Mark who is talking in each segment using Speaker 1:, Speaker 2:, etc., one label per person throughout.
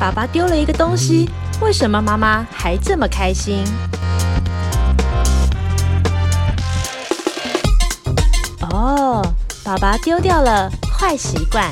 Speaker 1: 爸爸丢了一个东西，为什么妈妈还这么开心？哦，爸爸丢掉了坏习惯。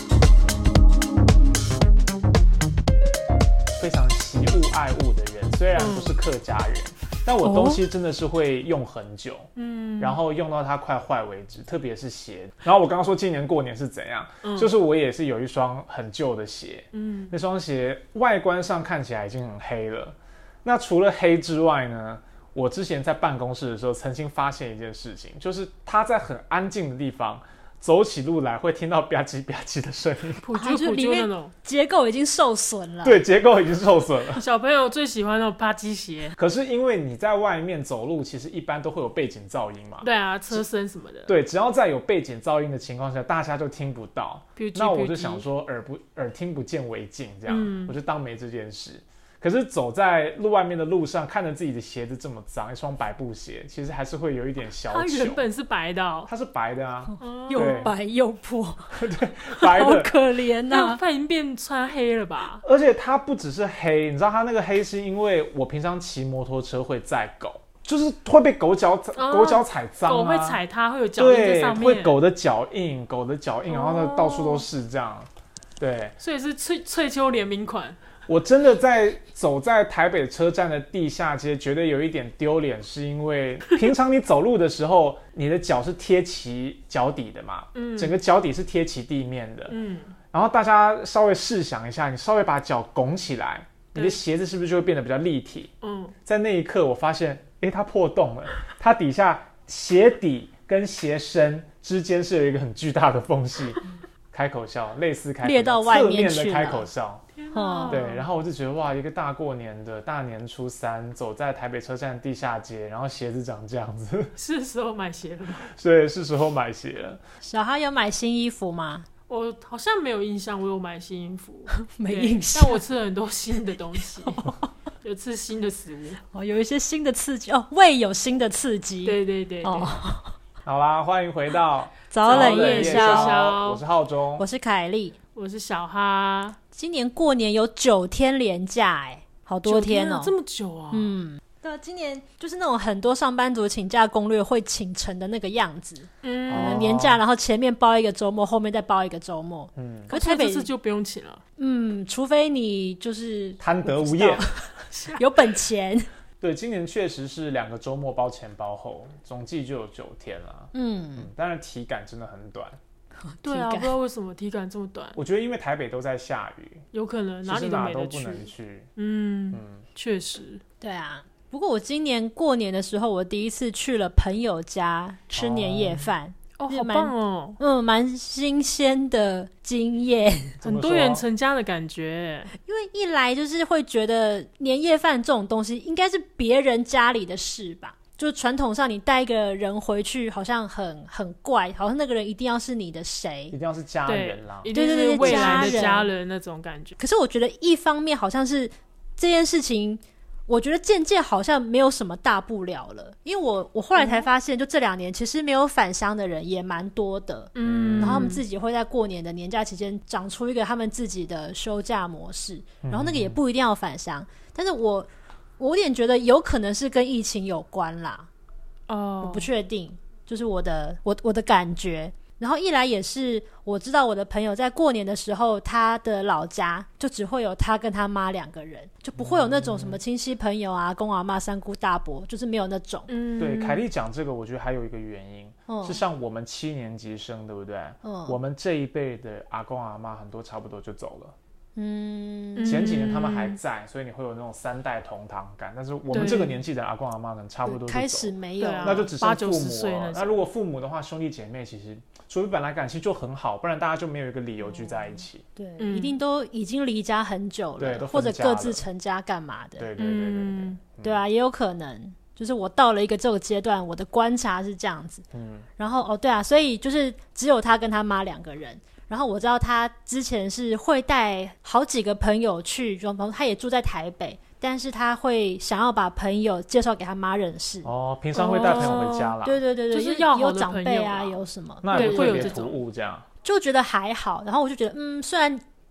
Speaker 2: 非常惜物爱物的人，虽然不是客家人，但我东西真的是会用很久，然后用到它快坏为止，特别是鞋。然后我刚刚说今年过年是怎样，就是我也是有一双很旧的鞋，那双鞋外观上看起来已经很黑了。那除了黑之外呢，我之前在办公室的时候曾经发现一件事情，就是它在很安静的地方走起路来会听到吧唧吧唧的声音，
Speaker 3: 就是里面
Speaker 1: 结构已经受损了。
Speaker 2: 对，结构已经受损了。
Speaker 3: 小朋友最喜欢那种吧唧鞋。
Speaker 2: 可是因为你在外面走路，其实一般都会有背景噪音嘛。
Speaker 3: 对啊，车声什么的。
Speaker 2: 对，只要在有背景噪音的情况下，大家就听不到。那我就想说耳听不见为净，这样，我就当没这件事。可是走在路外面的路上，看着自己的鞋子这么脏，一双白布鞋，其实还是会有一点小糗。
Speaker 3: 它原本是白的哦。
Speaker 2: 它是白的啊，
Speaker 1: 又白又破，
Speaker 2: 对，白的，
Speaker 1: 好可怜
Speaker 3: 啊。它已经变穿黑了吧？
Speaker 2: 而且它不只是黑，你知道它那个黑是因为我平常骑摩托车会载狗，就是会被狗脚踩脏啊，
Speaker 3: 狗会踩它，会有脚印在上面，
Speaker 2: 对，会狗的脚印，然后呢到处都是这样，对，
Speaker 3: 所以是翠秋联名款。
Speaker 2: 我真的走在台北车站的地下街，觉得有一点丢脸，是因为平常你走路的时候，你的脚是贴齐脚底的嘛，整个脚底是贴齐地面的，然后大家稍微试想一下，你稍微把脚拱起来，你的鞋子是不是就会变得比较立体？在那一刻我发现，它破洞了，它底下鞋底跟鞋身之间是有一个很巨大的缝隙，开口笑，类似开口笑，
Speaker 1: 裂到外面去了，
Speaker 2: 侧面的开口笑。对，然后我就觉得哇，一个大过年的大年初三，走在台北车站地下街，然后鞋子长这样子，
Speaker 3: 是时候买鞋了吗？
Speaker 2: 对，是时候买鞋了。
Speaker 1: 小哈有买新衣服吗？
Speaker 3: 我好像没有印象，我有买新衣服，
Speaker 1: 没印象。
Speaker 3: 但我吃了很多新的东西，有吃新的食物，
Speaker 1: 有一些新的刺激胃有新的刺激。
Speaker 3: 对。
Speaker 2: 好啦，欢迎回到
Speaker 1: 早冷夜宵，
Speaker 2: 我是浩中，
Speaker 1: 我是凯莉，
Speaker 3: 我是小哈。
Speaker 1: 今年过年有9天连假，好多天哦，
Speaker 3: 这么久啊！
Speaker 1: 对，今年就是那种很多上班族请假攻略会请成的那个样子，年假，然后前面包一个周末，后面再包一个周末，
Speaker 3: 可是台北这次就不用请了，
Speaker 1: 除非你就是
Speaker 2: 贪得无厌，
Speaker 1: 有本钱。
Speaker 2: 对，今年确实是2个周末包前包后，总计就有9天了。当然体感真的很短。
Speaker 3: 对啊，不知道为什么体感这么短。
Speaker 2: 我觉得因为台北都在下雨，
Speaker 3: 有可能哪里都没得去，
Speaker 2: 其实哪都不能去。
Speaker 3: 确实。
Speaker 1: 对啊，不过我今年过年的时候，我第一次去了朋友家吃年夜饭。
Speaker 3: 好棒哦！
Speaker 1: 蛮新鲜的经验，
Speaker 3: 很多元成家的感觉。
Speaker 1: 因为一来就是会觉得年夜饭这种东西应该是别人家里的事吧，就传统上你带一个人回去好像很怪，好像那个人一定要是你的谁，
Speaker 2: 一定要是家人啦，
Speaker 3: 一定是未来的家人那种感觉。
Speaker 1: 可是我觉得一方面好像是这件事情，我觉得渐渐好像没有什么大不了了，因为我后来才发现，就这2年其实没有返乡的人也蛮多的，然后他们自己会在过年的年假期间长出一个他们自己的休假模式，然后那个也不一定要返乡，但是我有点觉得有可能是跟疫情有关啦，我不确定，就是我的感觉。然后一来也是我知道我的朋友在过年的时候，他的老家就只会有他跟他妈2个人，就不会有那种什么亲戚朋友啊、公阿嬷、三姑大伯，就是没有那种。
Speaker 2: 对，凯莉讲这个，我觉得还有一个原因，是像我们7年级生，对不对？我们这一辈的阿公阿嬷很多差不多就走了。前几年他们还在，所以你会有那种3代同堂感。但是我们这个年纪的阿公阿嬷呢，差不多就走了，
Speaker 1: 开始没有，
Speaker 2: 那就只剩父母
Speaker 3: 了。
Speaker 2: 那如果父母的话，兄弟姐妹其实除非本来感情就很好，不然大家就没有一个理由聚在一起。
Speaker 1: 对，一定都已经离家很久了，
Speaker 2: 对，
Speaker 1: 或者各自成家干嘛的。
Speaker 2: 对，
Speaker 1: 对啊，也有可能。就是我到了一个这个阶段，我的观察是这样子。然后对啊，所以就是只有他跟他妈2个人。然后我知道他之前是会带好几个朋友去，他也住在台北，但是他会想要把朋友介绍给他妈认识。
Speaker 2: 平常会带朋友回家啦。
Speaker 1: 对，
Speaker 3: 就是要好的
Speaker 1: 有长辈啊，有什么，
Speaker 2: 那也会特别突兀这样。
Speaker 1: 就觉得还好，然后我就觉得虽然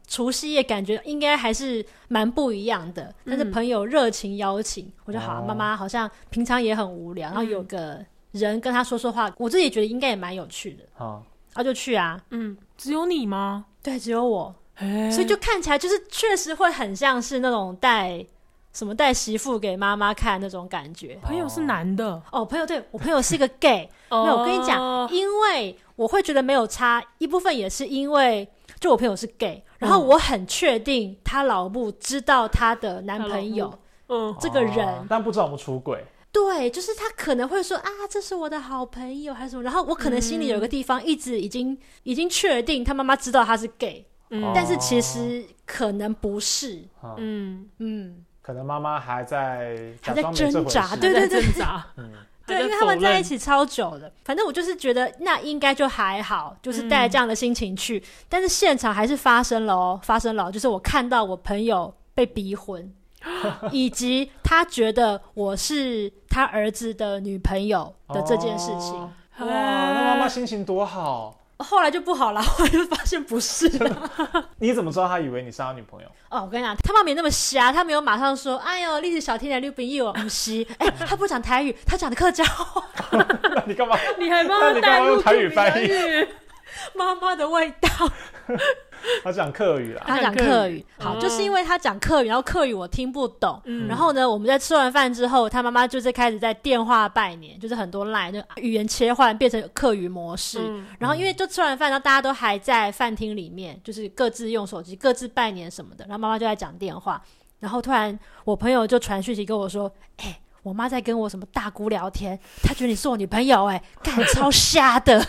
Speaker 1: 除夕夜感觉应该还是蛮不一样的，但是朋友热情邀请，我就好，妈妈好像平常也很无聊，然后有个人跟他说说话，我自己觉得应该也蛮有趣的，然后就去啊。
Speaker 3: 只有你吗？
Speaker 1: 对，只有我，所以就看起来就是确实会很像是那种带媳妇给妈妈看那种感觉。
Speaker 3: 朋友是男的
Speaker 1: 朋友，对，我朋友是一个 gay 没有，我跟你讲，因为我会觉得没有差，一部分也是因为就我朋友是 gay， 然后我很确定他老母知道他的男朋友这个人，
Speaker 2: 但不知道有没有出轨。
Speaker 1: 对，就是他可能会说啊，这是我的好朋友还是什么，然后我可能心里有个地方一直已经确定他妈妈知道他是 gay，但是其实可能不是，
Speaker 2: 可能妈妈还在
Speaker 1: 挣扎，对对对，
Speaker 3: 挣扎，
Speaker 1: 对，因为他们在一起超久的，反正我就是觉得那应该就还好，就是带着这样的心情去，但是现场还是发生了，就是我看到我朋友被逼婚。以及他觉得我是他儿子的女朋友的这件事情。哇，
Speaker 2: 那妈妈心情多好。
Speaker 1: 后来就不好了，后来就发现不是了。
Speaker 2: 你怎么知道他以为你是他女朋友？
Speaker 1: 我跟你讲，他妈没那么瞎，他没有马上说哎呦你是小天的女朋友不是。他不讲台语，他讲的客家话。
Speaker 2: 那你干嘛？
Speaker 3: 你还帮他带入
Speaker 2: 用台语翻译
Speaker 1: 妈妈的味道。
Speaker 2: 他讲客语啦，
Speaker 1: 他讲客语，好，就是因为他讲客语，然后客语我听不懂，然后呢，我们在吃完饭之后，他妈妈就是开始在电话拜年，就是很多 LINE 就语言切换变成客语模式，然后因为就吃完饭，然后大家都还在饭厅里面，就是各自用手机各自拜年什么的，然后妈妈就在讲电话，然后突然我朋友就传讯息跟我说，我妈在跟我什么大姑聊天，她觉得你是我女朋友，干超瞎的。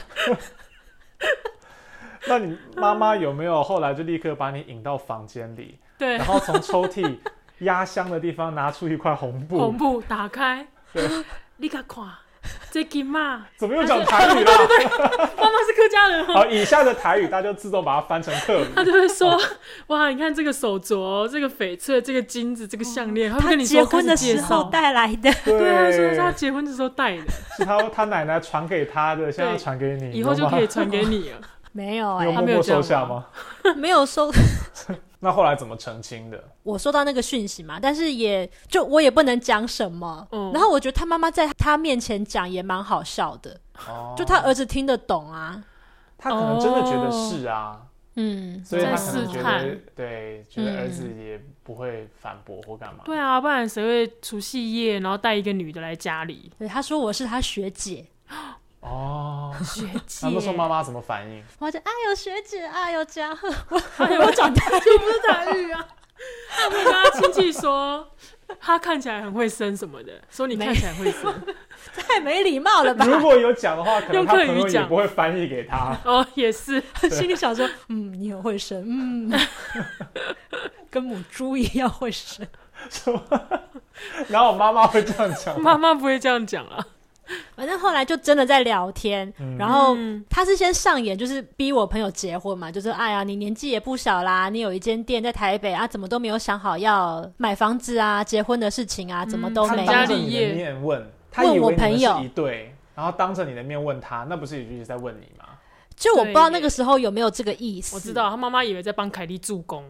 Speaker 2: 那你妈妈有没有后来就立刻把你引到房间里，
Speaker 3: 对，
Speaker 2: 然后从抽屉压箱的地方拿出一块红布，
Speaker 3: 打开，你看看，这金嘛？
Speaker 2: 怎么又讲台语啦？
Speaker 3: 对，妈妈是客家人。
Speaker 2: 好，以下的台语大家就自动把它翻成客语。
Speaker 3: 他就会说，哇，你看这个手镯，这个翡翠，这个金子，这个项链，他跟你说
Speaker 1: 结婚的时候带来的。
Speaker 3: 对啊，说是他结婚的时候带的，
Speaker 2: 是他奶奶传给他的，现在传给你，
Speaker 3: 以后就可以传给你了。
Speaker 1: 没有
Speaker 2: 你有默默收下吗？
Speaker 1: 没有收。
Speaker 2: 那后来怎么澄清的？
Speaker 1: 我收到那个讯息嘛，但是我也不能讲什么，然后我觉得他妈妈在他面前讲也蛮好笑的，就他儿子听得懂啊，
Speaker 2: 他可能真的觉得是啊，所以他可能觉得
Speaker 3: 对，
Speaker 2: 觉得儿子也不会反驳或干嘛。
Speaker 3: 对啊，不然谁会除夕夜然后带一个女的来家里？
Speaker 1: 对，他说我是他学姐。
Speaker 3: 学姐，
Speaker 2: 那时候妈妈怎么反应？
Speaker 1: 我就哎呦学姐，哎呦嘉禾，
Speaker 3: 我讲台语不是台语啊。他没有跟他亲戚说他看起来很会生什么的，说你看起来会生，
Speaker 1: 太没礼貌了吧？
Speaker 2: 如果有讲的话，可能他朋友也不会翻译给他。
Speaker 3: 也是，
Speaker 1: 心里想说，你很会生，跟母猪一样会生。
Speaker 2: 然后我妈妈会这样讲，
Speaker 3: 妈妈不会这样讲啊。
Speaker 1: 反正后来就真的在聊天，然后他是先上演就是逼我朋友结婚嘛，就是哎呀你年纪也不小啦，你有一间店在台北啊，怎么都没有想好要买房子啊结婚的事情啊，怎么都没有。
Speaker 2: 他当着你的面问，他以为你们是一对，然后当着你的面问他，那不是一直在问你吗？
Speaker 1: 就我不知道那个时候有没有这个意思。
Speaker 3: 我知道他妈妈以为在帮凯莉助攻。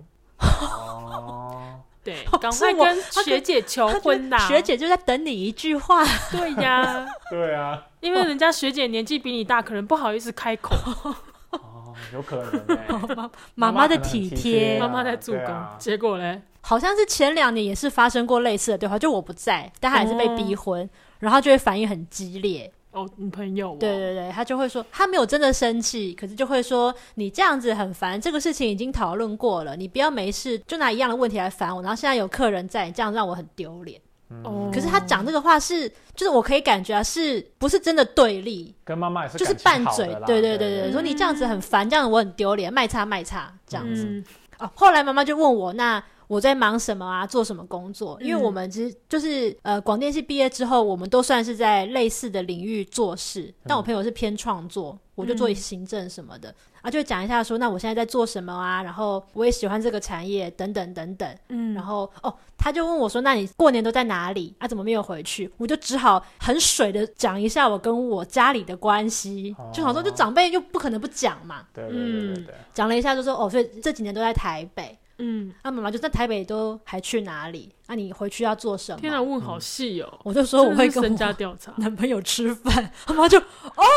Speaker 3: 对，赶快跟学姐求婚啦！
Speaker 1: 学姐就在等你一句话。
Speaker 3: 对呀，
Speaker 2: 对啊，
Speaker 3: 因为人家学姐年纪比你大，可能不好意思开口。
Speaker 2: 有可能
Speaker 1: 妈妈的体贴，
Speaker 3: 妈妈在助攻，结果嘞，
Speaker 1: 好像是前2年也是发生过类似的对话，就我不在，但他也是被逼婚，然后就会反应很激烈。
Speaker 3: 你朋友
Speaker 1: 对对对，他就会说他没有真的生气，可是就会说你这样子很烦，这个事情已经讨论过了，你不要没事就拿一样的问题来烦我，然后现在有客人在，这样让我很丢脸。可是他讲这个话是就是我可以感觉啊，是不是真的对立，
Speaker 2: 跟妈妈也是
Speaker 1: 就是拌嘴。对对对对，说你这样子很烦，这样我很丢脸，卖差这样子。后来妈妈就问我，那我在忙什么啊，做什么工作。因为我们其实就是广电系毕业之后，我们都算是在类似的领域做事，但我朋友是偏创作，我就做行政什么的。就讲一下说那我现在在做什么啊，然后我也喜欢这个产业等等等等。然后他就问我说那你过年都在哪里啊，怎么没有回去？我就只好很水的讲一下我跟我家里的关系，就想说就长辈就不可能不讲嘛。
Speaker 2: 对对对对对，
Speaker 1: 讲了一下就说所以这几年都在台北。妈妈就在台北都还去哪里？你回去要做什么？
Speaker 3: 天哪，问好细哦！
Speaker 1: 我就说我会跟
Speaker 3: 身家调查
Speaker 1: 男朋友吃饭，妈妈就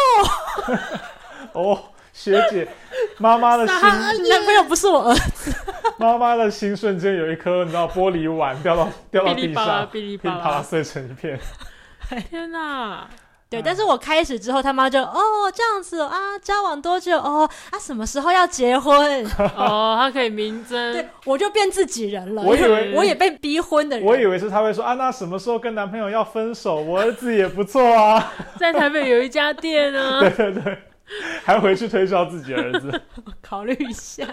Speaker 2: 学姐，妈妈的心，
Speaker 1: 男朋友不是我儿子，
Speaker 2: 妈妈的心瞬间有一颗你知道玻璃碗掉到地上，
Speaker 3: 噼里
Speaker 2: 噼里啪啦碎成一片。
Speaker 3: 天哪！
Speaker 1: 对，但是我开始之后，他妈就这样子啊，交往多久什么时候要结婚？
Speaker 3: 他可以明争。
Speaker 1: 对，我就变自己人了。
Speaker 2: 我以为
Speaker 1: 我也被逼婚的人。
Speaker 2: 我以为是他会说那什么时候跟男朋友要分手？我儿子也不错啊，
Speaker 3: 在台北有一家店啊。
Speaker 2: 对对对，还回去推销自己儿子。
Speaker 1: 考虑一下。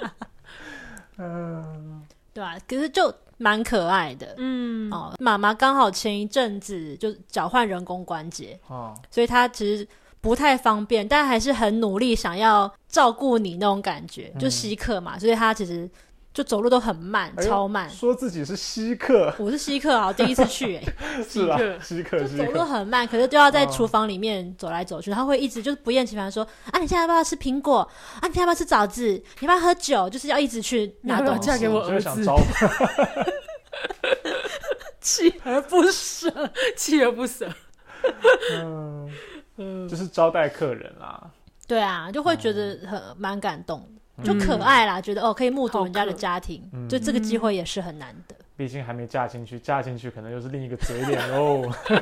Speaker 1: 对吧？可是就蛮可爱的。妈妈刚好前一阵子就脚换人工关节，所以她其实不太方便，但还是很努力想要照顾你那种感觉，就稀客嘛，所以她其实就走路都很慢，超慢。
Speaker 2: 说自己是稀客，
Speaker 1: 我是稀客啊，我第一次去
Speaker 2: 是啊，稀客
Speaker 1: 就走路很慢，可是就要在厨房里面走来走去，他会一直就是不厌其烦说你现在要不要吃苹果你现在要不要吃枣子，你要不要喝酒，就是要一直去拿东西。
Speaker 3: 嫁给我儿子，锲而不舍，锲而不舍。
Speaker 2: 就是招待客人啦。
Speaker 1: 对啊，就会觉得蛮感动的，就可爱啦，觉得可以目睹人家的家庭，就这个机会也是很难得。
Speaker 2: 毕竟还没嫁进去，嫁进去可能又是另一个嘴脸喽。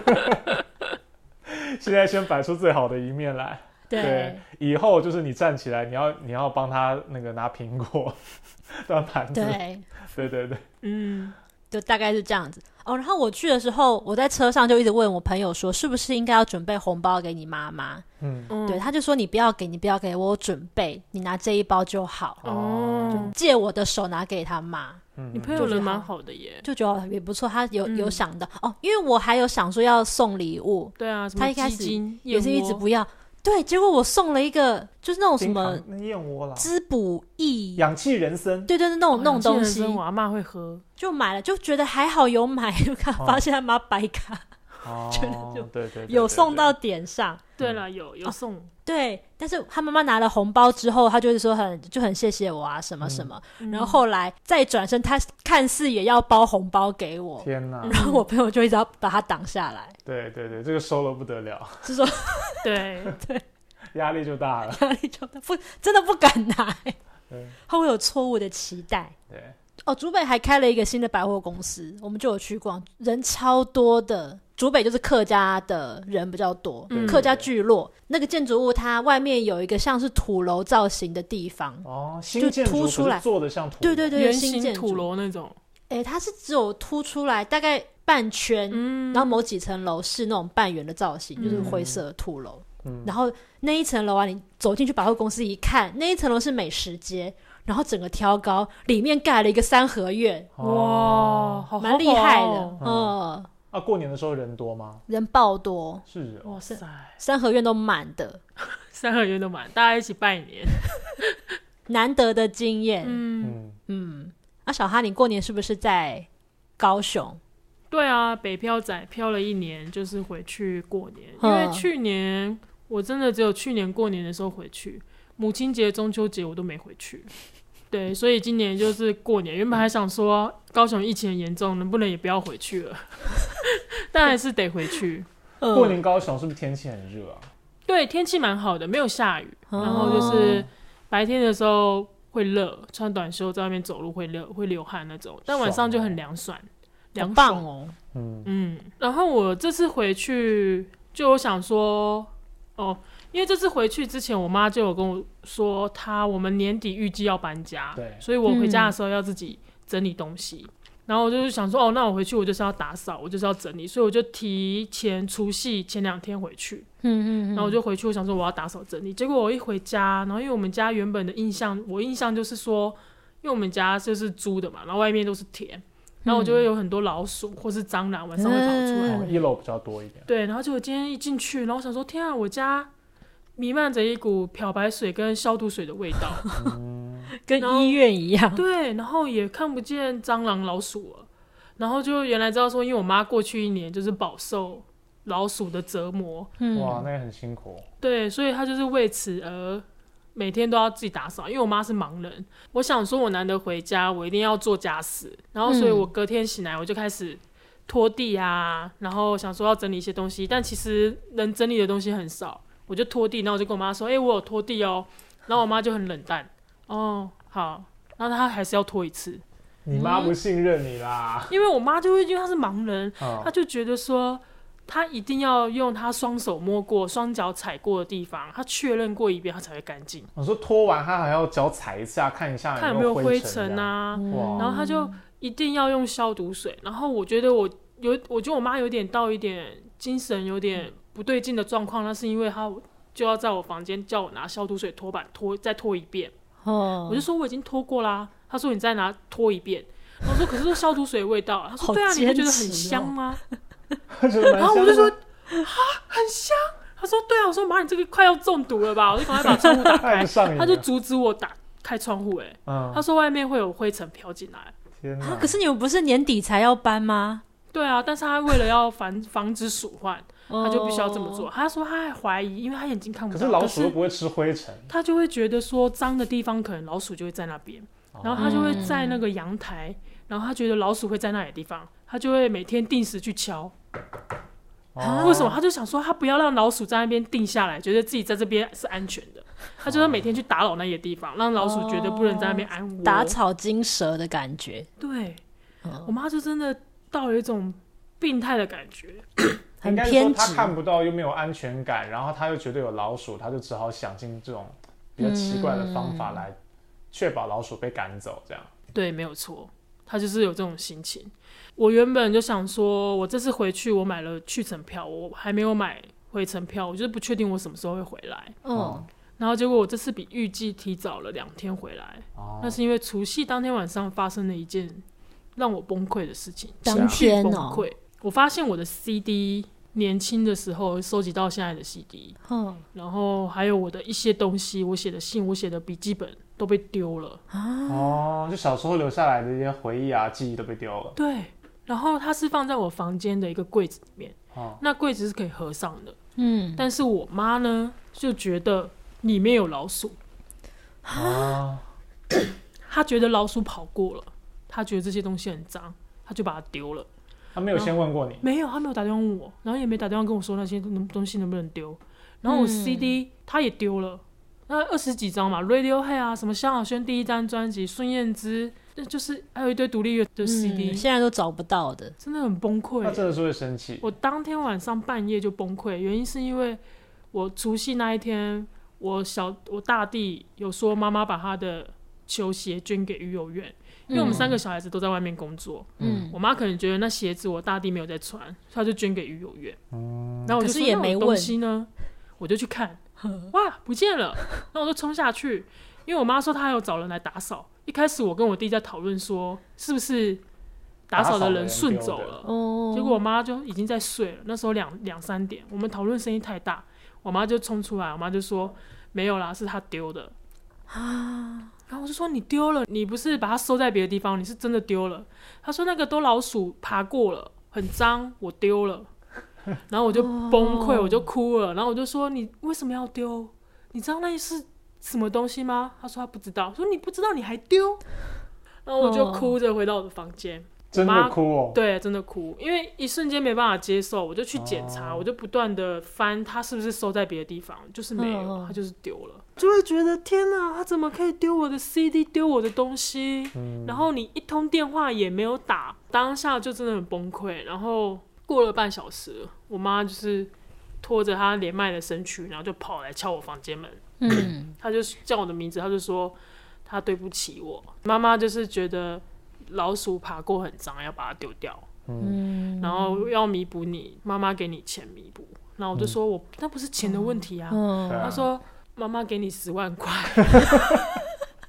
Speaker 2: 现在先摆出最好的一面来。对，以后就是你站起来，你要帮他那个拿苹果、端盘子。对对对，
Speaker 1: 就大概是这样子。然后我去的时候，我在车上就一直问我朋友说，是不是应该要准备红包给你妈妈？对，他就说你不要给，我有准备，你拿这一包就好。就借我的手拿给他妈。
Speaker 3: 你朋友人蛮好的耶，
Speaker 1: 就觉得也不错，他有想到因为我还有想说要送礼物。
Speaker 3: 对啊，
Speaker 1: 他一开始也是一直不要。对，结果我送了一个就是那种什么滋补益
Speaker 2: 氧气人参，
Speaker 1: 对对对，那种东西，
Speaker 3: 我阿嬷会喝，
Speaker 1: 就买了，就觉得还好有买，就发现他妈白卡，觉得就
Speaker 2: 对对
Speaker 1: 有送到点上。
Speaker 3: 对了，有送。
Speaker 1: 对，但是他妈妈拿了红包之后，他就是说很谢谢我啊什么什么，然后后来再转身，他看似也要包红包给我，
Speaker 2: 天哪！
Speaker 1: 然后我朋友就一直要把他挡下来。
Speaker 2: 对对对，这个收了不得了，
Speaker 1: 是说
Speaker 3: 对
Speaker 1: 对，
Speaker 2: 压力就大了，
Speaker 1: 真的不敢拿，他会有错误的期待。对，竹北还开了一个新的百货公司，我们就有去逛，人超多的。竹北就是客家的人比较多，客家聚落那个建筑物，它外面有一个像是土楼造型的地方，
Speaker 2: 新建筑
Speaker 1: 凸出来，
Speaker 2: 做的像土楼，
Speaker 1: 对对对，
Speaker 3: 圆形土楼那种。
Speaker 1: 它是只有凸出来大概半圈，然后某几层楼是那种半圆的造型，就是灰色的土楼。然后那一层楼你走进去百货公司一看，那一层楼是美食街，然后整个挑高，里面盖了一个三合院，
Speaker 3: 哇，好
Speaker 1: 蛮厉害的。
Speaker 2: 过年的时候人多吗？
Speaker 1: 人爆多，
Speaker 2: 是
Speaker 3: 哇塞，
Speaker 1: 三合院都满的，
Speaker 3: 三合院都满，大家一起拜年，
Speaker 1: 难得的经验。小哈，你过年是不是在高雄？
Speaker 3: 对啊，北漂仔漂了1年，就是回去过年。因为去年我真的只有去年过年的时候回去，母亲节、中秋节我都没回去。对，所以今年就是过年，原本还想说高雄疫情很严重，能不能也不要回去了，但还是得回去。
Speaker 2: 过年高雄是不是天气很热啊？
Speaker 3: 对，天气蛮好的，没有下雨，然后就是白天的时候会热，穿短袖在外面走路会热，会流汗那种，但晚上就很凉爽，
Speaker 1: 凉棒哦。
Speaker 3: 然后我这次回去就有想说，因为这次回去之前，我妈就有跟我说，我们年底预计要搬家，所以我回家的时候要自己整理东西。然后我就想说，那我回去我就是要打扫，我就是要整理，所以我就提前除夕前2天回去。然后我就回去，我想说我要打扫整理。结果我一回家，然后因为我们家原本的印象，我印象就是说，因为我们家就是租的嘛，然后外面都是田，然后我就会有很多老鼠或是蟑螂晚上会跑出来，
Speaker 2: 一楼比较多一点。
Speaker 3: 对，然后结果今天一进去，然后我想说天啊，我家弥漫着一股漂白水跟消毒水的味道，
Speaker 1: 跟医院一样。
Speaker 3: 对，然后也看不见蟑螂老鼠了，然后就原来知道说，因为我妈过去1年就是饱受老鼠的折磨，
Speaker 2: 哇，那也很辛苦。
Speaker 3: 对，所以她就是为此而每天都要自己打扫，因为我妈是盲人，我想说我难得回家，我一定要做家事，然后所以我隔天醒来我就开始拖地啊，然后想说要整理一些东西，但其实能整理的东西很少，我就拖地，然后我就跟我妈说，我有拖地哦，然后我妈就很冷淡，哦，好，然后她还是要拖一次。
Speaker 2: 你妈不信任你啦，
Speaker 3: 因为我妈就会，因为她是盲人，她就觉得说她一定要用她双手摸过、双脚踩过的地方，她确认过一遍，她才会干净。
Speaker 2: 我说拖完她还要脚踩一下，看一下有没有灰尘
Speaker 3: 啊，然后她就一定要用消毒水。然后我觉得我觉得我妈有点到一点精神有点不对劲的状况，那是因为她就要在我房间叫我拿消毒水拖板再拖一遍。我就说我已经拖过啦，她说你再拿拖一遍。我说可是消毒水的味道，她说对啊，你不觉得很香吗？然后我就说啊，很香。她说对啊，我说妈，你这个快要中毒了吧？我就赶快把窗户打开，她就阻止我打开窗户。她说外面会有灰尘飘进来。
Speaker 2: 天哪！
Speaker 1: 可是你们不是年底才要搬吗？
Speaker 3: 对啊，但是她为了要防止鼠患，她就必须要这么做。她说她还怀疑，因为她眼睛看不到，
Speaker 2: 可是老鼠又不会吃灰尘，
Speaker 3: 她就会觉得说脏的地方可能老鼠就会在那边，然后她就会在那个阳台，然后她觉得老鼠会在那里的地方，她就会每天定时去敲。为什么？她就想说她不要让老鼠在那边定下来，觉得自己在这边是安全的，她就会每天去打扰那些地方，让老鼠觉得不能在那边安窝，
Speaker 1: 打草惊蛇的感觉。
Speaker 3: 对，我妈就真的到了一种病态的感觉，
Speaker 1: 很偏执。
Speaker 2: 她看不到又没有安全感，然后她又觉得有老鼠，她就只好想尽这种比较奇怪的方法来确保老鼠被赶走，这样。
Speaker 3: 对，没有错，她就是有这种心情。我原本就想说，我这次回去我买了去程票，我还没有买回程票，我就是不确定我什么时候会回来。然后结果我这次比预计提早了2天回来，那是因为除夕当天晚上发生了一件让我崩溃的事情。
Speaker 1: 当天
Speaker 3: 崩溃，我发现我的 CD 年轻的时候收集到现在的 CD，然后还有我的一些东西，我写的信、我写的笔记本都被丢了。
Speaker 2: 就小时候留下来的一些回忆啊、记忆都被丢了。
Speaker 3: 对，然后它是放在我房间的一个柜子里面，那柜子是可以合上的。但是我妈呢就觉得里面有老鼠。她觉得老鼠跑过了，她觉得这些东西很脏，她就把它丢了。
Speaker 2: 她没有先问过你？
Speaker 3: 没有，她没有打电话问我，然后也没打电话跟我说那些东西能不能丢。然后我 CD 她也丢了，那20几张嘛 ，Radiohead 啊，什么萧亚轩第1张专辑，孙燕姿，就是还有一堆独立乐的 CD，
Speaker 1: 现在都找不到的，
Speaker 3: 真的很崩溃。
Speaker 2: 她真的是会生气。
Speaker 3: 我当天晚上半夜就崩溃，原因是因为我除夕那一天，我大弟有说妈妈把他的球鞋捐给育幼院，因为我们3个小孩子都在外面工作，我妈可能觉得那鞋子我大弟没有在穿，所以她就捐给育幼院。然后我就说那我东西呢，我就去看，哇，不见了。那我就冲下去，因为我妈说她还有找人来打扫。一开始我跟我弟在讨论说，是不是打扫的人顺走了，结果我妈就已经在睡了。那时候2、3点，我们讨论声音太大，我妈就冲出来，我妈就说没有啦，是她丢的。然后我就说你丢了，你不是把它收在别的地方，你是真的丢了。她说那个都老鼠爬过了，很脏，我丢了。然后我就崩溃，我就哭了。然后我就说你为什么要丢？你知道那是什么东西吗？她说她不知道。说你不知道你还丢？然后我就哭着回到我的房间。
Speaker 2: 真的哭哦？
Speaker 3: 对，真的哭，因为一瞬间没办法接受，我就去检查，我就不断的翻它是不是收在别的地方，就是没有，它就是丢了，就会觉得天哪，他怎么可以丢我的 CD， 丢我的东西？然后你一通电话也没有打，当下就真的很崩溃。然后过了半小时，我妈就是拖着她连麦的身躯，然后就跑来敲我房间门，她就叫我的名字，她就说她对不起我，妈妈就是觉得老鼠爬过很脏，要把它丢掉，然后要弥补你，妈妈给你钱弥补。然后我就说那不是钱的问题啊。他说妈妈给你10万块，然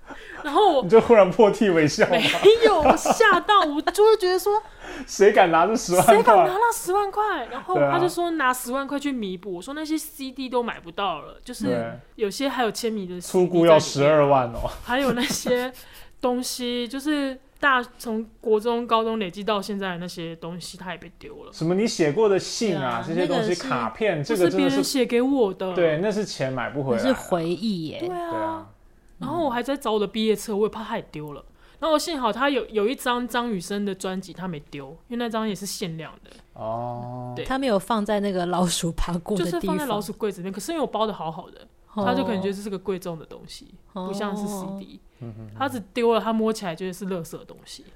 Speaker 3: 然后
Speaker 2: 你就忽然破涕为笑吗？
Speaker 3: 没有，我吓到，我就会觉得说，
Speaker 2: 谁敢拿这10万块？
Speaker 3: 谁敢拿那10万块？然后他就说拿10万块去弥补。我说那些 CD 都买不到了，就是有些还有签名的 CD
Speaker 2: 出估要12万哦。
Speaker 3: 还有那些东西，就是从国中、高中累积到现在的那些东西，他也被丢了。
Speaker 2: 什么你写过的信啊，这些东西卡片，这个真的
Speaker 3: 是别人写给我的。
Speaker 2: 对，那是钱买不回来，
Speaker 1: 那是回忆耶。
Speaker 3: 对啊。然后我还在找我的毕业册，我也怕他也丢了。然后幸好他有一张张雨生的专辑，他没丢，因为那张也是限量的。
Speaker 2: 哦，
Speaker 1: 对，他没有放在那个老鼠爬过的地方，
Speaker 3: 就是放在老鼠柜子里面。可是因为我包的好好的，他就可能觉得这是个贵重的东西，不像是 CD。他只丢了，他摸起来觉得是垃圾的东西。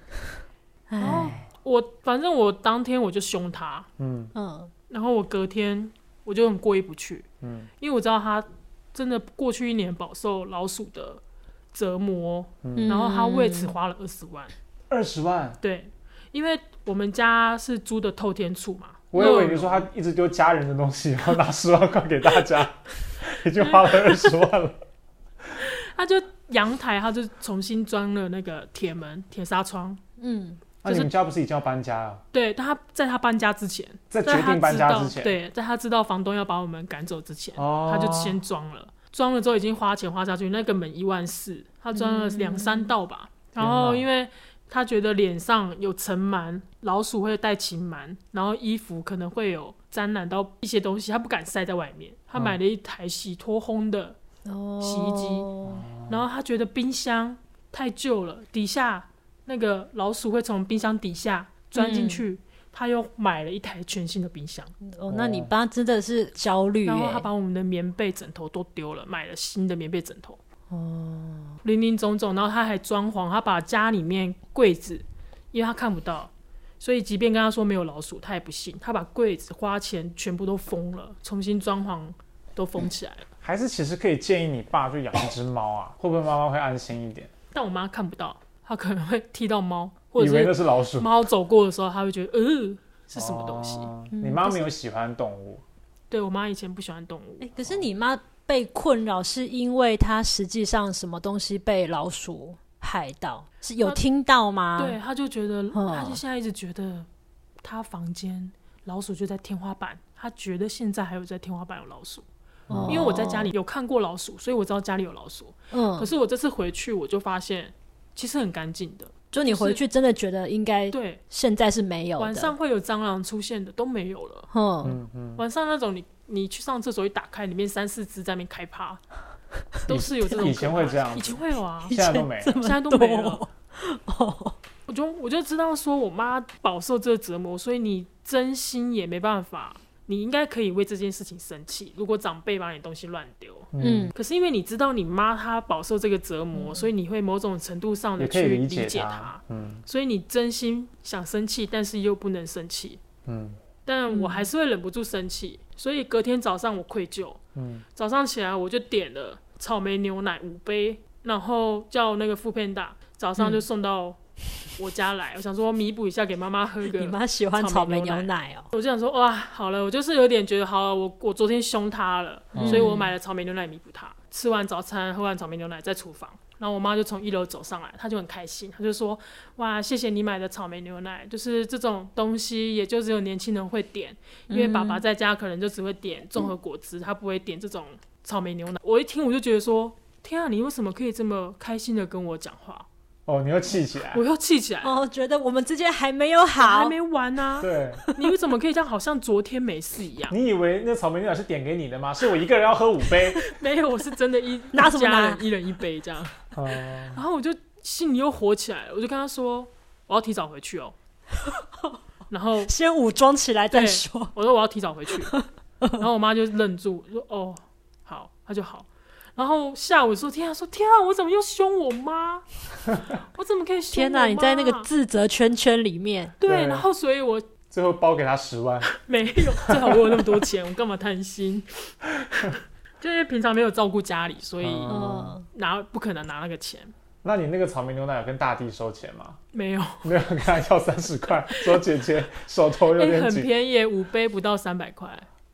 Speaker 3: 反正我当天我就凶他，然后我隔天我就很过意不去，因为我知道他真的过去1年饱受老鼠的折磨，然后他为此花了20万。
Speaker 2: 20万？
Speaker 3: 对，因为我们家是租的透天厝嘛。
Speaker 2: 我以为你说他一直丢家人的东西，然后拿10万块给大家，已经花了20万了。
Speaker 3: 他就阳台，他就重新装了那个铁门、铁纱窗。
Speaker 2: 你们家不是已经要搬家了？
Speaker 3: 对，但在他搬家之前，
Speaker 2: 在决定搬家之前，
Speaker 3: 对，在他知道房东要把我们赶走之前，他就先装了。装了之后已经花钱花下去，那个门14000，他装了2-3道吧。然后因为他觉得脸上有尘螨，老鼠会带禽螨，然后衣服可能会有沾染到一些东西，他不敢晒在外面。他买了一台洗脱烘的洗衣机，然后他觉得冰箱太旧了，底下那个老鼠会从冰箱底下钻进去，他又买了一台全新的冰箱。
Speaker 1: 那你爸真的是焦虑耶。
Speaker 3: 然后他把我们的棉被枕头都丢了，买了新的棉被枕头。林林总总，然后他还装潢，他把家里面柜子，因为他看不到，所以即便跟他说没有老鼠，他也不信。他把柜子花钱全部都封了，重新装潢都封起来了。
Speaker 2: 还是其实可以建议你爸就养一只猫啊，会不会妈妈会安心一点？
Speaker 3: 但我妈看不到，她可能会踢到猫，或者
Speaker 2: 以为那是老鼠。
Speaker 3: 猫走过的时候，她会觉得是什么东西。
Speaker 2: 你妈没有喜欢动物？
Speaker 3: 对，我妈以前不喜欢动物。
Speaker 1: 可是你妈被困扰是因为她实际上什么东西被老鼠害到？是有听到吗？
Speaker 3: 对，她就觉得，她就现在一直觉得她房间老鼠就在天花板，她觉得现在还有在天花板有老鼠。因为我在家里有看过老鼠，所以我知道家里有老鼠。可是我这次回去我就发现其实很干净的。
Speaker 1: 就你回去真的觉得应该
Speaker 3: 对，
Speaker 1: 现在是没有的。
Speaker 3: 晚上会有蟑螂出现的都没有了。晚上那种你去上厕所一打开，里面3-4只在那边开趴，都是有这种。
Speaker 2: 以前会这样，
Speaker 3: 以前会有啊，
Speaker 2: 现在都没了。
Speaker 3: 现在都没了。我就知道说我妈饱受这个折磨，所以你真心也没办法。你应该可以为这件事情生气，如果长辈把你东西乱丢。可是因为你知道你妈她饱受这个折磨，所以你会某种程度上的去理解她。所以你真心想生气，但是又不能生气。但我还是会忍不住生气，所以隔天早上我愧疚。早上起来我就点了草莓牛奶5杯，然后叫那个foodpanda早上就送到我家来，我想说弥补一下给妈妈喝一个。
Speaker 1: 你妈喜欢草莓牛奶哦。
Speaker 3: 我就想说哇，好了，我就是有点觉得好了，我昨天凶她了，所以我买了草莓牛奶弥补她。吃完早餐，喝完草莓牛奶，在厨房，然后我妈就从1楼走上来，她就很开心，她就说哇，谢谢你买的草莓牛奶，就是这种东西也就只有年轻人会点，因为爸爸在家可能就只会点综合果汁，他不会点这种草莓牛奶。我一听我就觉得说，天啊，你为什么可以这么开心的跟我讲话？
Speaker 2: 你又气起来，
Speaker 3: 我又气起来。
Speaker 1: 觉得我们之间还没有好，
Speaker 3: 还没完啊。
Speaker 2: 对，
Speaker 3: 你为什么可以这样，好像昨天没事一样？
Speaker 2: 你以为那草莓牛奶是点给你的吗？是我一个人要喝5杯？
Speaker 3: 没有，我是真的
Speaker 1: 拿什么拿
Speaker 3: ？1人1杯这样。然后我就心里又火起来了，我就跟他说我要提早回去哦。然后
Speaker 1: 先武装起来再说。
Speaker 3: 我说我要提早回去，然后我妈就愣住，说哦好，她就好。然后下午说天啊，我怎么又凶我妈？我怎么可以凶我妈？天啊，
Speaker 1: 你在那个自责圈圈里面。
Speaker 3: 对，然后所以我
Speaker 2: 最后包给他10万。
Speaker 3: 没有，最好我有那么多钱，我干嘛贪心？就因为平常没有照顾家里，所以不可能拿那个钱。
Speaker 2: 那你那个草莓牛奶有跟大地收钱吗？
Speaker 3: 没有，
Speaker 2: 没有跟他要30块，说姐姐手头有点紧。
Speaker 3: 很便宜，5杯不到300块。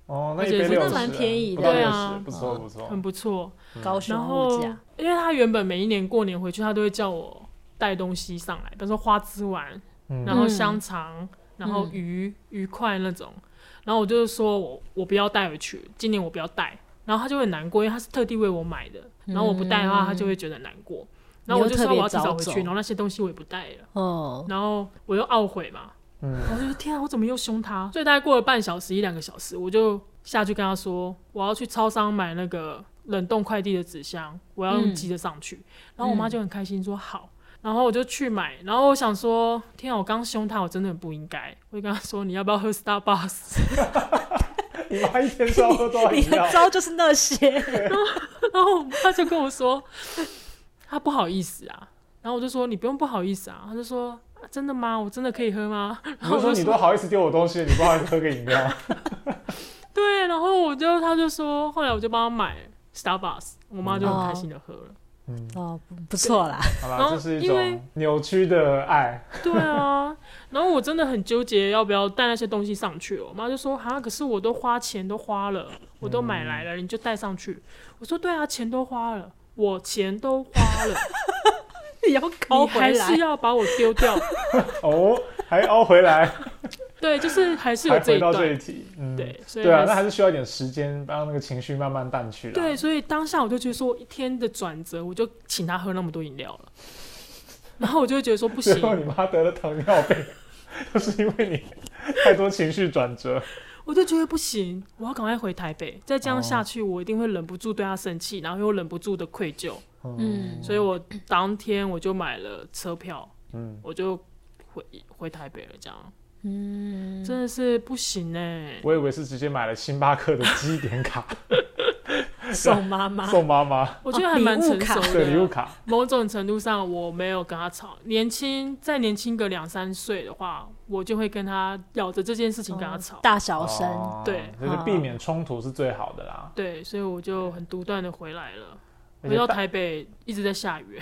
Speaker 2: 哦，那一杯60，
Speaker 1: 蛮便宜的，
Speaker 3: 对啊，
Speaker 2: 不错不错，
Speaker 3: 很不错。
Speaker 1: 高雄物价。
Speaker 3: 因为他原本每一年过年回去，他都会叫我带东西上来，比如说花枝丸，然后香肠，然后鱼块那种。然后我就说我不要带回去，今年我不要带。然后他就会很难过，因为他是特地为我买的。然后我不带的话，他就会觉得很难过。然后我就说我要提早回去，然后那些东西我也不带了。然后我又懊悔嘛。我就说天啊，我怎么又凶他？所以大概过了半小时1-2个小时，我就下去跟他说，我要去超商买那个冷冻快递的纸箱，我要用寄的上去。然后我妈就很开心说好，然后我就去买。然后我想说，天啊，我刚凶他，我真的很不应该。我就跟他说，你要不要喝 Starbucks？
Speaker 2: 你妈一天是要喝多少饮料？
Speaker 1: 你的招就是那些。
Speaker 3: 然后我妈就跟我说，她不好意思啊。然后我就说你不用不好意思啊。她就说真的吗？我真的可以喝吗？然后
Speaker 2: 我就说你都好意思丢我东西，你不好意思喝个饮料？
Speaker 3: 对，然后他就说，后来我就帮他买 Starbucks， 我妈就很开心的喝了。
Speaker 1: 不错啦。
Speaker 2: 好啦，这是一种扭曲的爱。
Speaker 3: 对啊，然后我真的很纠结要不要带那些东西上去。我妈就说哈，可是我都花钱都花了，我都买来了，你就带上去。我说对啊，钱都花了，我钱都花了。
Speaker 1: 你要凹回来，
Speaker 3: 你还是要把我丢掉。
Speaker 2: 哦，还凹回来。
Speaker 3: 对，就是还是有这一段。
Speaker 2: 还回到这一题。
Speaker 3: 对，所以
Speaker 2: 对啊，那还是需要一点时间让那个情绪慢慢淡去啦。
Speaker 3: 对，所以当下我就觉得说，一天的转折，我就请他喝那么多饮料了。然后我就会觉得说不行。
Speaker 2: 最后你妈得了糖尿病，都是因为你太多情绪转折。
Speaker 3: 我就觉得不行，我要赶快回台北。再这样下去，我一定会忍不住对他生气，然后又忍不住的愧疚。所以我当天我就买了车票，我就回台北了，这样。真的是不行欸。
Speaker 2: 我以为是直接买了星巴克的积点卡
Speaker 1: 送妈妈，
Speaker 3: 我觉得还蛮成熟的。
Speaker 2: 对，礼物卡。
Speaker 3: 某种程度上我没有跟他吵，再年轻个2-3岁的话，我就会跟他咬着这件事情跟他吵，
Speaker 1: 大小声。
Speaker 3: 对，
Speaker 2: 就是避免冲突是最好的啦。
Speaker 3: 对，所以我就很独断的回来了。回到台北一直在下雨。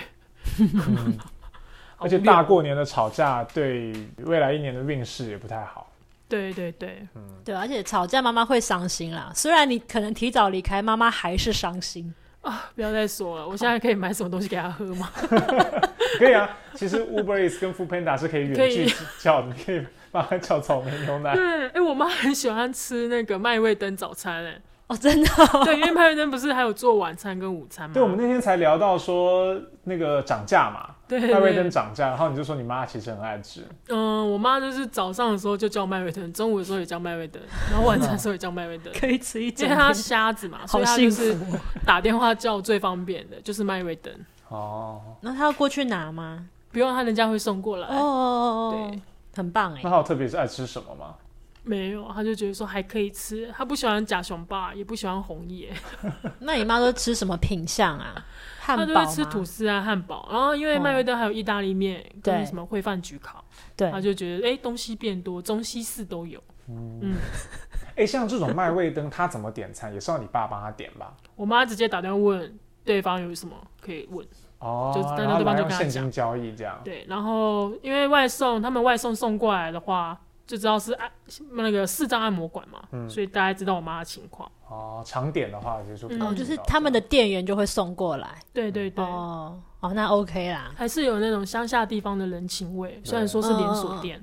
Speaker 2: 而且大过年的吵架对未来一年的运势也不太好。
Speaker 3: 对对对，
Speaker 1: 对，而且吵架妈妈会伤心啦。虽然你可能提早离开，妈妈还是伤心
Speaker 3: 啊！不要再说了，我现在可以买什么东西给他喝吗？
Speaker 2: 可以啊，其实 Uber Eats 跟 Foodpanda 是可以远距叫的，你可以帮他叫草莓牛奶。
Speaker 3: 对，我妈很喜欢吃那个麦味登早餐
Speaker 1: 真的
Speaker 3: 对，因为麦味登不是还有做晚餐跟午餐吗？
Speaker 2: 对，我们那天才聊到说那个涨价嘛，
Speaker 3: 对，
Speaker 2: 麦味登涨价，然后你就说你妈其实很爱吃。
Speaker 3: 我妈就是早上的时候就叫麦味登，中午的时候也叫麦味登，然后晚餐的时候也叫麦味登，
Speaker 1: 可以吃一整天。
Speaker 3: 因为她瞎子嘛，所以她就是打电话叫最方便的，就是麦味登。
Speaker 1: 那她要过去拿吗？
Speaker 3: 不用，人家会送过来。对，
Speaker 1: 很棒
Speaker 2: 那她有特别是爱吃什么吗？
Speaker 3: 没有，他就觉得说还可以吃，他不喜欢假熊爸，也不喜欢红叶。
Speaker 1: 那你妈都吃什么品项啊？汉堡吗？
Speaker 3: 他都会吃吐司啊、汉堡，然后因为麦味登还有意大利面跟什么烩饭焗烤，对，他就觉得东西变多，中西式都有。
Speaker 2: 像这种麦味登他怎么点餐，也是要你爸帮他点吧？
Speaker 3: 我妈直接打电话问对方有什么可以问。就对方就跟他讲
Speaker 2: 现金交易这样。
Speaker 3: 对，然后因为他们外送过来的话。就知道是那个视障按摩馆嘛，所以大家知道我妈的情况。
Speaker 2: 常点的话
Speaker 1: 就是他们的店员就会送过来。
Speaker 3: 对对对。
Speaker 1: 那 OK 啦，
Speaker 3: 还是有那种乡下地方的人情味，虽然说是连锁店。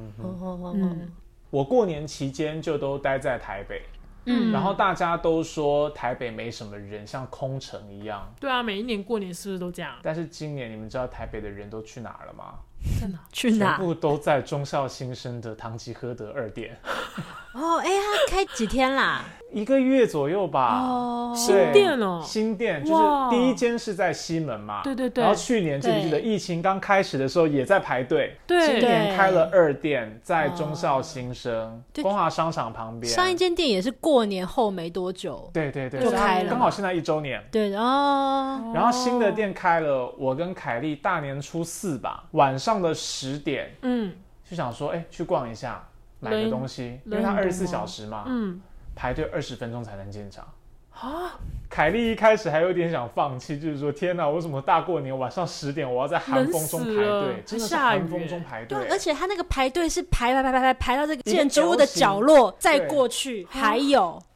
Speaker 2: 我过年期间就都待在台北。然后大家都说台北没什么人，像空城一样。
Speaker 3: 对啊，每一年过年是不是都这样？
Speaker 2: 但是今年你们知道台北的人都去哪了吗？
Speaker 3: 在哪？
Speaker 1: 去哪？
Speaker 2: 全部都在忠孝新生的唐吉诃德2店。
Speaker 1: 他开几天啦
Speaker 2: ？1个月左右吧。
Speaker 3: 新店哦，
Speaker 2: 新店就是第一间是在西门嘛。
Speaker 3: 对对对。
Speaker 2: 然后去年记不记得疫情刚开始的时候也在排队。
Speaker 3: 对。
Speaker 2: 今年开了2店，在忠孝新生光华商场旁边。
Speaker 1: 上一间店也是过年后没多久。
Speaker 2: 对对对。
Speaker 1: 就开了。
Speaker 2: 刚好现在1周年。
Speaker 1: 对然
Speaker 2: 后新的店开了，我跟凯莉大年初4吧，晚上的10点，就想说去逛一下。买个东西，因为它24小时嘛，排队20分钟才能进场。凯莉一开始还有点想放弃，就是说天哪，为什么大过年晚上10点我要在寒风中排队？真的是寒风中排队。
Speaker 1: 对，而且他那个排队是排到这个建筑物的角落，再过去还有。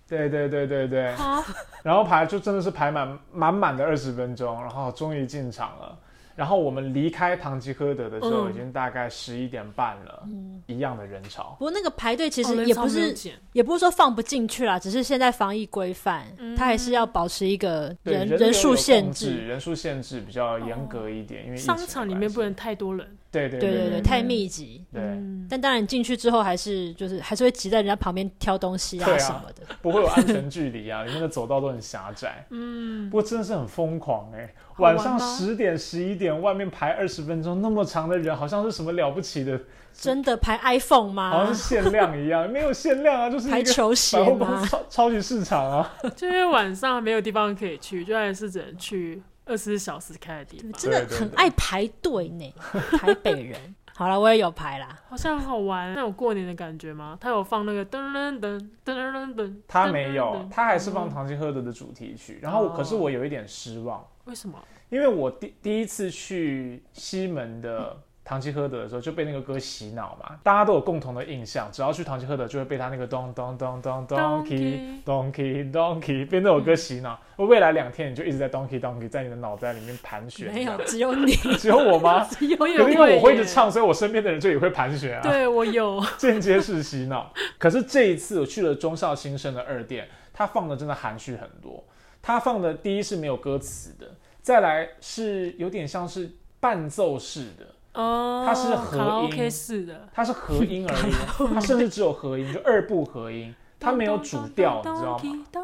Speaker 2: 对对对对对，然后排就真的是排满的20分钟，然后终于进场了。然后我们离开唐吉诃德的时候，已经大概11点半了，一样的人潮。
Speaker 1: 不过那个排队其实也不是说放不进去啦，只是现在防疫规范，它还是要保持一个人数限制，
Speaker 2: 人数限制比较严格一点，因为
Speaker 3: 商场里面不能太多人。
Speaker 2: 对对对 对，
Speaker 1: 对，太密集。
Speaker 2: 对，
Speaker 1: 但当然进去之后还是会挤在人家旁边挑东西啊什么的，
Speaker 2: 不会有安全距离啊，里面的走道都很狭窄。不过真的是很疯狂晚上10点11点外面排20分钟，那么长的人，好像是什么了不起的。
Speaker 1: 真的排 iPhone 吗？
Speaker 2: 好像是限量一样，没有限量啊，就是一个
Speaker 1: 排球鞋
Speaker 2: 百货公司超级市场啊。
Speaker 3: 就因为晚上没有地方可以去，就还是只能去24小时开的地方。
Speaker 1: 真的很爱排队呢，台北人。好了，我也有排啦，
Speaker 3: 好像很好玩，那有过年的感觉吗？他有放那个噔噔噔噔噔噔，
Speaker 2: 他没有，他还是放唐吉诃德的主题曲。然后可是我有一点失望，
Speaker 3: 为什么？
Speaker 2: 因为我第一次去西门的唐吉诃德的时候就被那个歌洗脑嘛，大家都有共同的印象，只要去唐吉诃德就会被他那个咚咚咚咚 donkey donkey donkey 被那首歌洗脑。未来2天你就一直在 donkey donkey 在你的脑袋里面盘旋。
Speaker 1: 没有，只有你，
Speaker 2: 只有我吗？
Speaker 3: 只有
Speaker 2: 可是因为我会一直唱，所以我身边的人就也会盘旋啊。
Speaker 3: 对，我有
Speaker 2: 间接式洗脑。可是这一次我去了忠孝新生的2店，他放的真的含蓄很多。他放的第一是没有歌词的，再来是有点像是伴奏式的。它是合音式的，它是合音而已，它甚至只有合音，就2部合音，它没有主调，你知道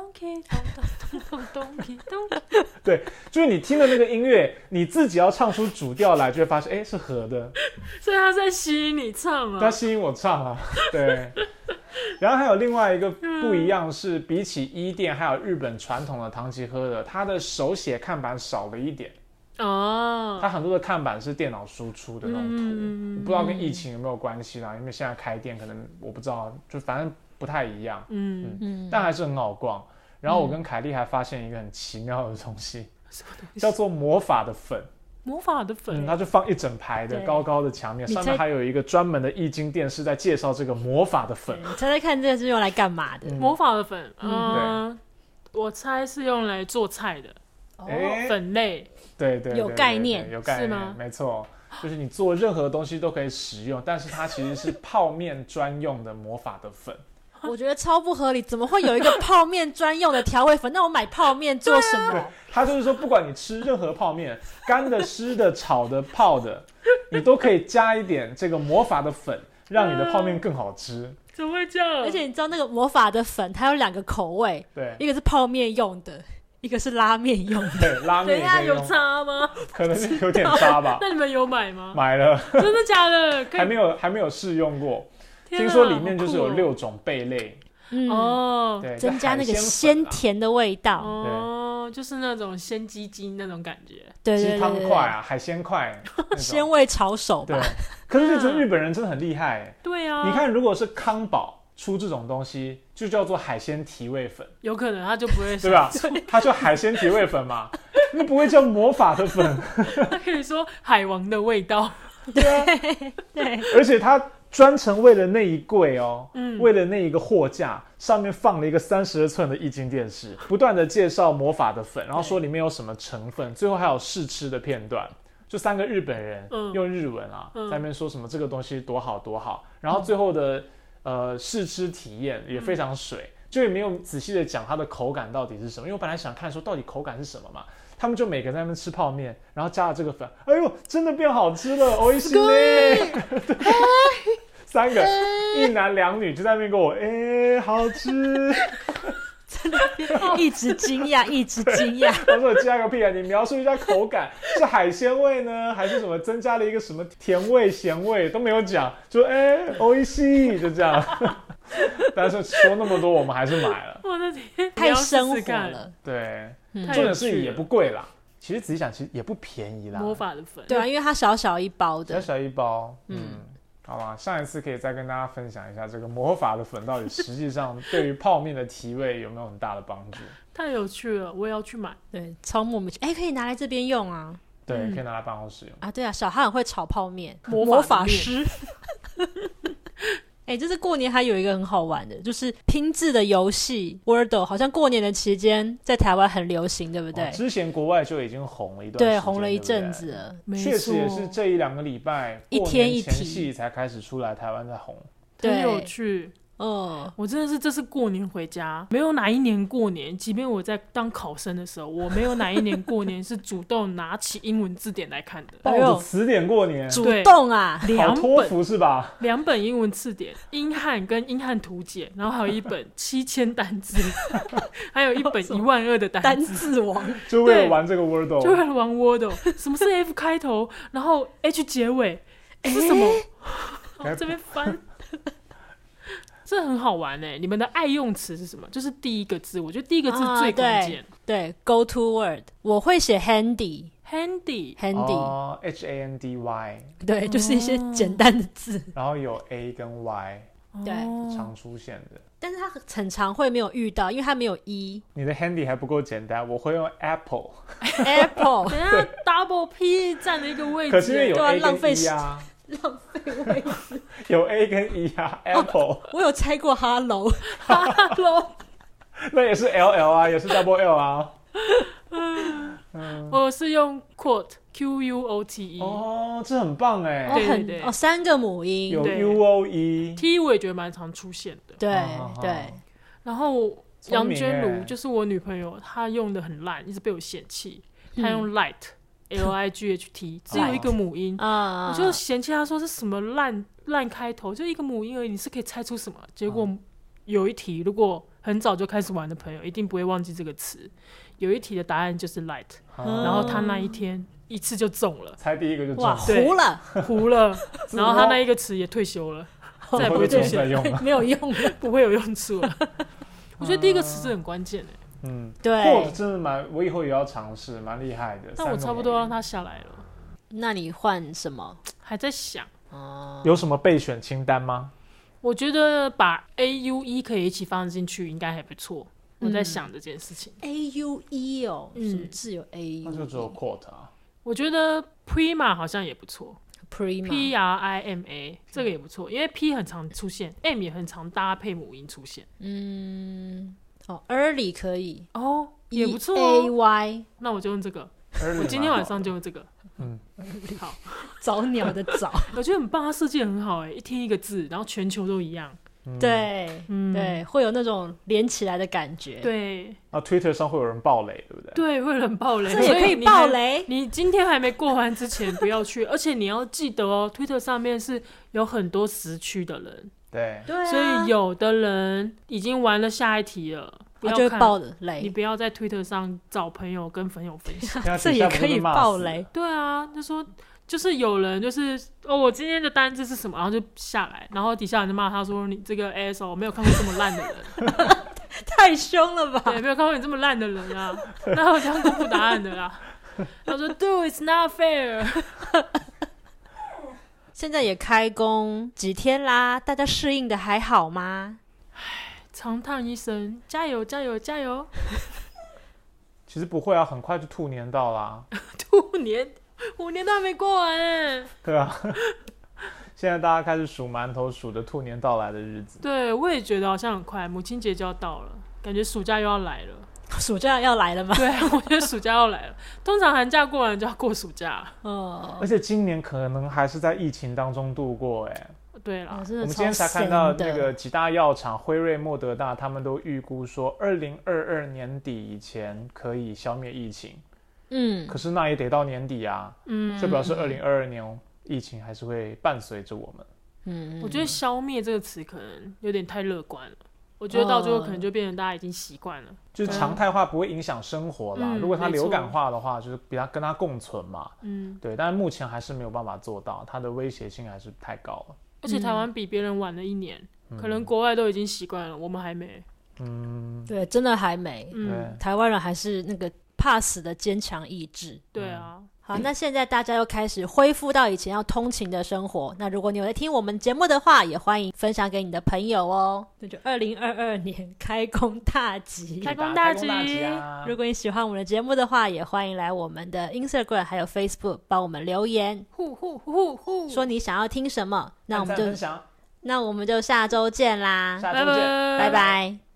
Speaker 2: 吗？对，就是你听的那个音乐，你自己要唱出主调来，就会发现，是合的。
Speaker 3: 所以他在吸引你唱啊，
Speaker 2: 他吸引我唱啊，对。然后还有另外一个不一样是，比起1店还有日本传统的唐吉诃德，它的手写看板少了一点。它很多的看板是电脑输出的那种图，我不知道跟疫情有没有关系啦，因为现在开店可能我不知道，就反正不太一样，但还是很好逛。然后我跟凯莉还发现一个很奇妙的东西，叫做魔法的粉。
Speaker 3: 魔法的粉，
Speaker 2: 它就放一整排的高高的墙面，上面还有一个专门的液晶电视在介绍这个魔法的粉。
Speaker 1: 你猜猜看，这个是用来干嘛的？
Speaker 3: 魔法的粉，我猜是用来做菜的。粉类，
Speaker 2: 对，
Speaker 1: 有概念，
Speaker 2: 有概念，是吗？没错，就是你做任何东西都可以使用，但是它其实是泡面专用的魔法的粉。
Speaker 1: 我觉得超不合理，怎么会有一个泡面专用的调味粉？那我买泡面做什么？
Speaker 2: 他就是说，不管你吃任何泡面，干的、湿的、炒的、泡的，你都可以加一点这个魔法的粉，让你的泡面更好吃。
Speaker 3: 怎么会这样？
Speaker 1: 而且你知道那个魔法的粉，它有2个口味，
Speaker 2: 对，
Speaker 1: 一个是泡面用的。一个是拉面用的，
Speaker 2: 对，拉面也可以用。
Speaker 3: 有差吗？
Speaker 2: 可能是有点差吧。
Speaker 3: 那你们有买吗？
Speaker 2: 买了。
Speaker 3: 真的假的？
Speaker 2: 还没有试用过。听说里面就是有6种贝类，对，
Speaker 1: 增加那个鲜甜的味道。
Speaker 3: 就是那种鲜鸡精那种感觉。
Speaker 1: 对，
Speaker 2: 鸡汤块啊，海鲜块，
Speaker 1: 鲜味炒手吧。
Speaker 2: 可是就觉得日本人真的很厉害。
Speaker 3: 对啊。
Speaker 2: 你看，如果是康宝出这种东西，就叫做海鲜提味粉，
Speaker 3: 有可能他就不会
Speaker 2: 对吧？他就海鲜提味粉嘛，那不会叫魔法的粉，
Speaker 3: 他可以说海王的味道。
Speaker 1: 对，
Speaker 2: 而且他专程为了那一柜为了那一个货架，上面放了一个32寸的液晶电视，不断的介绍魔法的粉，然后说里面有什么成分，最后还有试吃的片段。就3个日本人用日文在那边说什么这个东西多好多好，然后最后的试吃体验也非常水，就也没有仔细的讲它的口感到底是什么，因为我本来想看说到底口感是什么嘛，他们就每个人在那边吃泡面，然后加了这个粉，哎呦，真的变好吃了，美味しいね。3个1男2女就在那边跟我，好吃。
Speaker 1: 真的一直惊讶，一直惊讶。
Speaker 2: 他说：“加个屁啊！你描述一下口感，是海鲜味呢，还是什么增加了一个什么甜味、咸味都没有讲，就美味しい就这样。但是说那么多，我们还是买了。
Speaker 3: 我的天，
Speaker 1: 太生活了。
Speaker 2: 对，重点是也不贵啦。其实仔细讲，其实也不便宜啦。
Speaker 3: 魔法的粉，
Speaker 1: 对啊，因为它小小一包的，
Speaker 2: 小小一包，好吧，上一次可以再跟大家分享一下这个魔法的粉到底实际上对于泡面的提味有没有很大的帮助？
Speaker 3: 太有趣了，我也要去买。
Speaker 1: 对，超莫名其妙。可以拿来这边用啊。
Speaker 2: 对，可以拿来办公室用
Speaker 1: 啊。对啊，小汉很会炒泡面，魔法师。 就是过年还有一个很好玩的，就是拼字的游戏 Wordle， 好像过年的期间在台湾很流行，对不对？
Speaker 2: 之前国外就已经红了一段时间，
Speaker 1: 对，红了一阵子了。
Speaker 2: 确实也是这1-2个礼拜，
Speaker 1: 一天一题
Speaker 2: 过年前夕才开始出来，台湾在红，
Speaker 3: 很有趣。我真的是这次过年回家，没有哪一年过年，即便我在当考生的时候，我没有哪一年过年是主动拿起英文字典来看的。
Speaker 2: 抱着词典过年，
Speaker 1: 主动啊，
Speaker 2: 好托福是吧
Speaker 3: ？2本英文字典，英汉跟英汉图解，然后还有一本7000单字，还有一本12000的单
Speaker 1: 字王，
Speaker 2: 就为了玩这个 Wordle，
Speaker 3: 就为了玩 Wordle。什么是 F 开头，然后 H 结尾是什么？这边翻。这很好玩你们的爱用词是什么？就是第一个字，我觉得第一个字最关键。
Speaker 1: 对 ，Go to word， 我会写 handy
Speaker 2: handy，H-A-N-D-Y，
Speaker 1: 对，就是一些简单的字，
Speaker 2: 然后有 A 跟 Y，
Speaker 1: 对，
Speaker 2: 常出现的。
Speaker 1: 但是它很常会没有遇到，因为它没有 E。
Speaker 2: 你的 handy 还不够简单，我会用 apple。
Speaker 1: apple，
Speaker 3: 等一下 double P 占了一个位置，
Speaker 2: 可是因为有 A 跟 E 啊。
Speaker 1: 浪费位置
Speaker 2: 有 A 跟 E 啊 ，Apple，
Speaker 1: 我有猜过 Hello，
Speaker 2: 那也是 LL 啊，也是 Double L 啊。
Speaker 3: 我是用 quote Q-U-O-T-E，
Speaker 2: 这很棒哎，
Speaker 3: 对对
Speaker 1: 3个母音，
Speaker 2: 有 U-O-E
Speaker 3: T， 我也觉得蛮常出现的，
Speaker 1: 对对。
Speaker 3: 然后杨娟如就是我女朋友，她用的很烂，一直被我嫌弃，她用 light。L-I-G-H-T 只有一个母音，我就嫌弃他说是什么烂开头，就一个母音而已，你是可以猜出什么？结果有一题，如果很早就开始玩的朋友，一定不会忘记这个词。有一题的答案就是 light，然后他那一天一次就中了，
Speaker 2: 猜第一个就中
Speaker 1: 了，
Speaker 3: 糊了，然后他那一个词也退休了，再也不会出现，
Speaker 1: 没有用了，
Speaker 3: 不会有用处了。我觉得第一个词是很关键
Speaker 1: 对，
Speaker 2: 或真的我以后也要尝试，蛮厉害的。
Speaker 3: 但我差不多让他下来了。
Speaker 1: 那你换什么？
Speaker 3: 还在想。
Speaker 2: 有什么备选清单吗？
Speaker 3: 我觉得把 A-U-E 可以一起放进去，应该还不错。我在想这件事情。
Speaker 1: A-U-E 什么字有 A-U-E？
Speaker 2: 那就只有 quote 啊。
Speaker 3: 我觉得 Prima 好像也不错。P-R-I-M-A 这个也不错，因为 P 很常出现 ，M 也很常搭配母音出现。
Speaker 1: early 可以
Speaker 3: 也不错
Speaker 1: A-Y，
Speaker 3: 那我就用这个。我今天晚上就用这个。好，
Speaker 1: 早鸟的早，
Speaker 3: 我觉得很棒，它设计很好一天一个字，然后全球都一样。
Speaker 1: 对，对，会有那种连起来的感觉。
Speaker 3: 对，
Speaker 2: Twitter 上会有人爆雷，对不对？
Speaker 3: 对，会有人爆雷，
Speaker 1: 这也可以爆雷。
Speaker 3: 你今天还没过完之前不要去，而且你要记得Twitter 上面是有很多时区的人。
Speaker 2: 对，
Speaker 3: 所以有的人已经玩了下一题了，不要看，
Speaker 1: 就会爆雷。
Speaker 3: 你不要在 Twitter 上找朋友跟朋友分享，
Speaker 1: 这也可以爆雷。
Speaker 3: 对啊，就说就是有人就是我今天的单字是什么，然后就下来，然后底下人就骂他说你这个 asshole， 没有看过这么烂的人，
Speaker 1: 太凶了吧？
Speaker 3: 对，没有看过你这么烂的人啊，那我这样公布答案的啦。他说 Dude, it's not fair。
Speaker 1: 现在也开工几天啦，大家适应的还好吗？
Speaker 3: 长叹一声，加油加油加油！
Speaker 2: 其实不会啊，很快就兔年到啦。
Speaker 3: 兔年，5年都还没过完
Speaker 2: 对啊，现在大家开始数馒头，数着兔年到来的日子。
Speaker 3: 对，我也觉得好像很快，母亲节就要到了，感觉暑假又要来了。
Speaker 1: 暑假要来了吗？
Speaker 3: 对，我觉得暑假要来了。通常寒假过完就要过暑假。
Speaker 2: 而且今年可能还是在疫情当中度过
Speaker 3: 对啦，
Speaker 2: 我们今天才看到那个几大药厂，辉瑞、莫德纳，他们都预估说2022年底以前可以消灭疫情。可是那也得到年底啊。就表示2022年疫情还是会伴随着我们。
Speaker 3: 我觉得消灭这个词可能有点太乐观了。我觉得到最后可能就变成大家已经习惯了，
Speaker 2: 就是常态化不会影响生活啦。如果它流感化的话，就是比它跟它共存嘛。对，但是目前还是没有办法做到，它的威胁性还是太高了。
Speaker 3: 而且台湾比别人晚了1年，可能国外都已经习惯了，我们还没。
Speaker 1: 对，真的还没。台湾人还是那个怕死的坚强意志。
Speaker 3: 对啊。
Speaker 1: 好，那现在大家又开始恢复到以前要通勤的生活。那如果你有在听我们节目的话，也欢迎分享给你的朋友哦。那就2022年开工大吉，
Speaker 3: 开工大吉！
Speaker 1: 如果你喜欢我们的节目的话，也欢迎来我们的 Instagram 还有 Facebook 帮我们留言，说你想要听什么，那我们就那我们就下周见啦，
Speaker 2: 下周见，
Speaker 1: 拜拜。